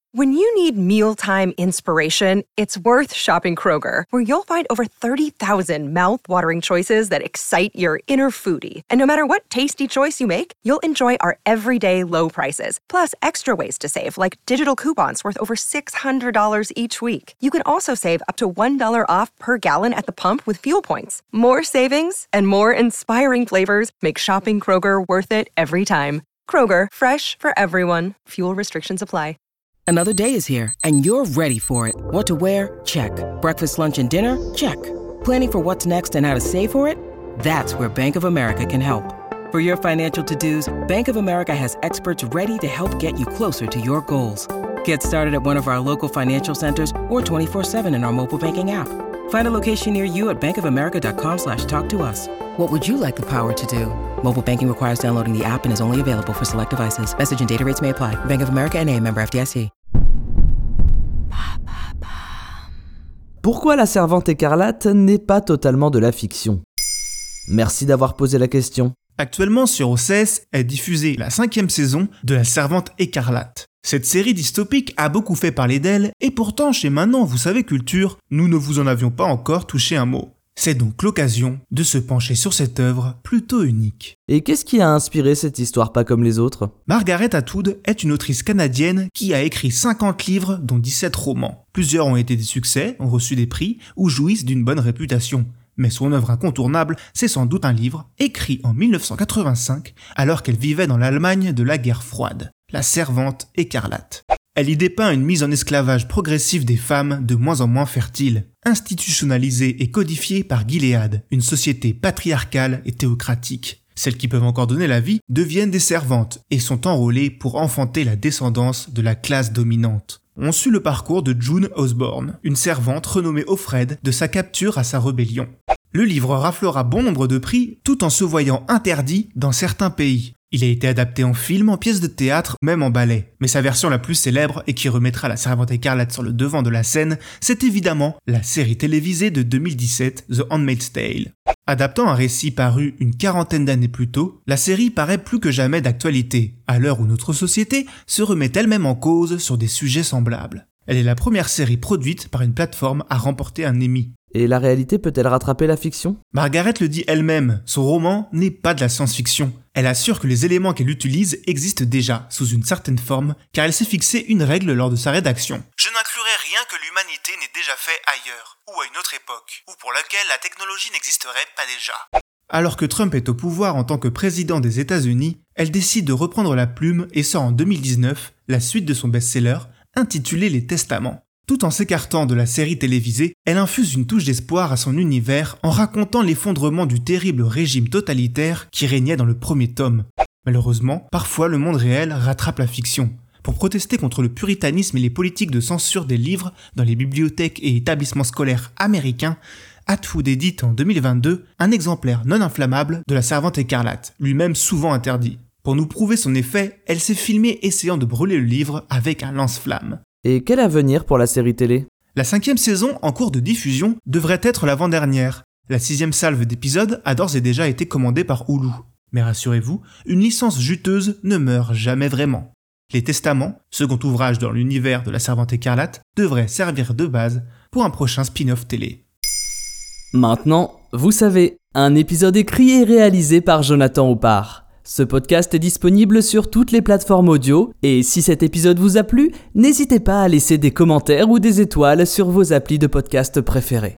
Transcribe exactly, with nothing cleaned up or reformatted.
When you need mealtime inspiration, it's worth shopping Kroger, where you'll find over thirty thousand mouth-watering choices that excite your inner foodie. And no matter what tasty choice you make, you'll enjoy our everyday low prices, plus extra ways to save, like digital coupons worth over six hundred dollars each week. You can also save up to one dollar off per gallon at the pump with fuel points. More savings and more inspiring flavors make shopping Kroger worth it every time. Kroger, fresh for everyone. Fuel restrictions apply. Another day is here, and you're ready for it. What to wear? Check. Breakfast, lunch, and dinner? Check. Planning for what's next and how to save for it? That's where Bank of America can help. For your financial to-dos, Bank of America has experts ready to help get you closer to your goals. Get started at one of our local financial centers or twenty-four seven in our mobile banking app. Find a location near you at bankofamerica.com slash talk to us. What would you like the power to do? Mobile banking requires downloading the app and is only available for select devices. Message and data rates may apply. Bank of America N A, member F D I C. Pourquoi La Servante écarlate n'est pas totalement de la fiction ? Merci d'avoir posé la question. Actuellement sur O C S est diffusée la cinquième saison de La Servante écarlate. Cette série dystopique a beaucoup fait parler d'elle, et pourtant chez Maintenant Vous Savez Culture, nous ne vous en avions pas encore touché un mot. C'est donc l'occasion de se pencher sur cette œuvre plutôt unique. Et qu'est-ce qui a inspiré cette histoire pas comme les autres ? Margaret Atwood est une autrice canadienne qui a écrit cinquante livres dont dix-sept romans. Plusieurs ont été des succès, ont reçu des prix ou jouissent d'une bonne réputation. Mais son œuvre incontournable, c'est sans doute un livre écrit en dix-neuf cent quatre-vingt-cinq alors qu'elle vivait dans l'Allemagne de la guerre froide. La Servante écarlate. Elle y dépeint une mise en esclavage progressive des femmes de moins en moins fertiles, institutionnalisée et codifiée par Gilead, une société patriarcale et théocratique. Celles qui peuvent encore donner la vie deviennent des servantes et sont enrôlées pour enfanter la descendance de la classe dominante. On suit le parcours de June Osborne, une servante renommée Offred de sa capture à sa rébellion. Le livre raflera bon nombre de prix tout en se voyant interdit dans certains pays. Il a été adapté en film, en pièce de théâtre, même en ballet. Mais sa version la plus célèbre et qui remettra La Servante écarlate sur le devant de la scène, c'est évidemment la série télévisée de deux mille dix-sept, The Handmaid's Tale. Adaptant un récit paru une quarantaine d'années plus tôt, la série paraît plus que jamais d'actualité, à l'heure où notre société se remet elle-même en cause sur des sujets semblables. Elle est la première série produite par une plateforme à remporter un Emmy. Et la réalité peut-elle rattraper la fiction ? Margaret le dit elle-même, son roman n'est pas de la science-fiction. Elle assure que les éléments qu'elle utilise existent déjà, sous une certaine forme, car elle s'est fixé une règle lors de sa rédaction. Je n'inclurai rien que l'humanité n'ait déjà fait ailleurs, ou à une autre époque, ou pour laquelle la technologie n'existerait pas déjà. Alors que Trump est au pouvoir en tant que président des États-Unis, elle décide de reprendre la plume et sort en deux mille dix-neuf la suite de son best-seller, intitulé Les Testaments. Tout en s'écartant de la série télévisée, elle infuse une touche d'espoir à son univers en racontant l'effondrement du terrible régime totalitaire qui régnait dans le premier tome. Malheureusement, parfois le monde réel rattrape la fiction. Pour protester contre le puritanisme et les politiques de censure des livres dans les bibliothèques et établissements scolaires américains, Atwood édite en deux mille vingt-deux un exemplaire non inflammable de La Servante écarlate, lui-même souvent interdit. Pour nous prouver son effet, elle s'est filmée essayant de brûler le livre avec un lance-flamme. Et quel avenir pour la série télé ? La cinquième saison, en cours de diffusion, devrait être l'avant-dernière. La sixième salve d'épisodes a d'ores et déjà été commandée par Hulu. Mais rassurez-vous, une licence juteuse ne meurt jamais vraiment. Les Testaments, second ouvrage dans l'univers de La Servante écarlate, devraient servir de base pour un prochain spin-off télé. Maintenant, vous savez, un épisode écrit et réalisé par Jonathan Oppard. Ce podcast est disponible sur toutes les plateformes audio, et si cet épisode vous a plu, n'hésitez pas à laisser des commentaires ou des étoiles sur vos applis de podcast préférés.